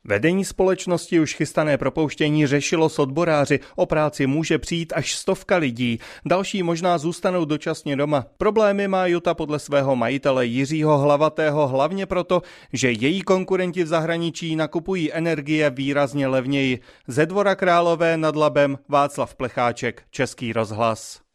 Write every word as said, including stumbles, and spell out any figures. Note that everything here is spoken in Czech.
Vedení společnosti už chystané propouštění řešilo s odboráři. O práci může přijít až stovka lidí. Další možná zůstanou dočasně doma. Problémy má Juta podle svého majitele Jiřího Hlavatého hlavně proto, že její konkurenti v zahraničí nakupují energie výrazně levněji. Ze Dvora Králové nad Labem Václav Plecháček, Český rozhlas.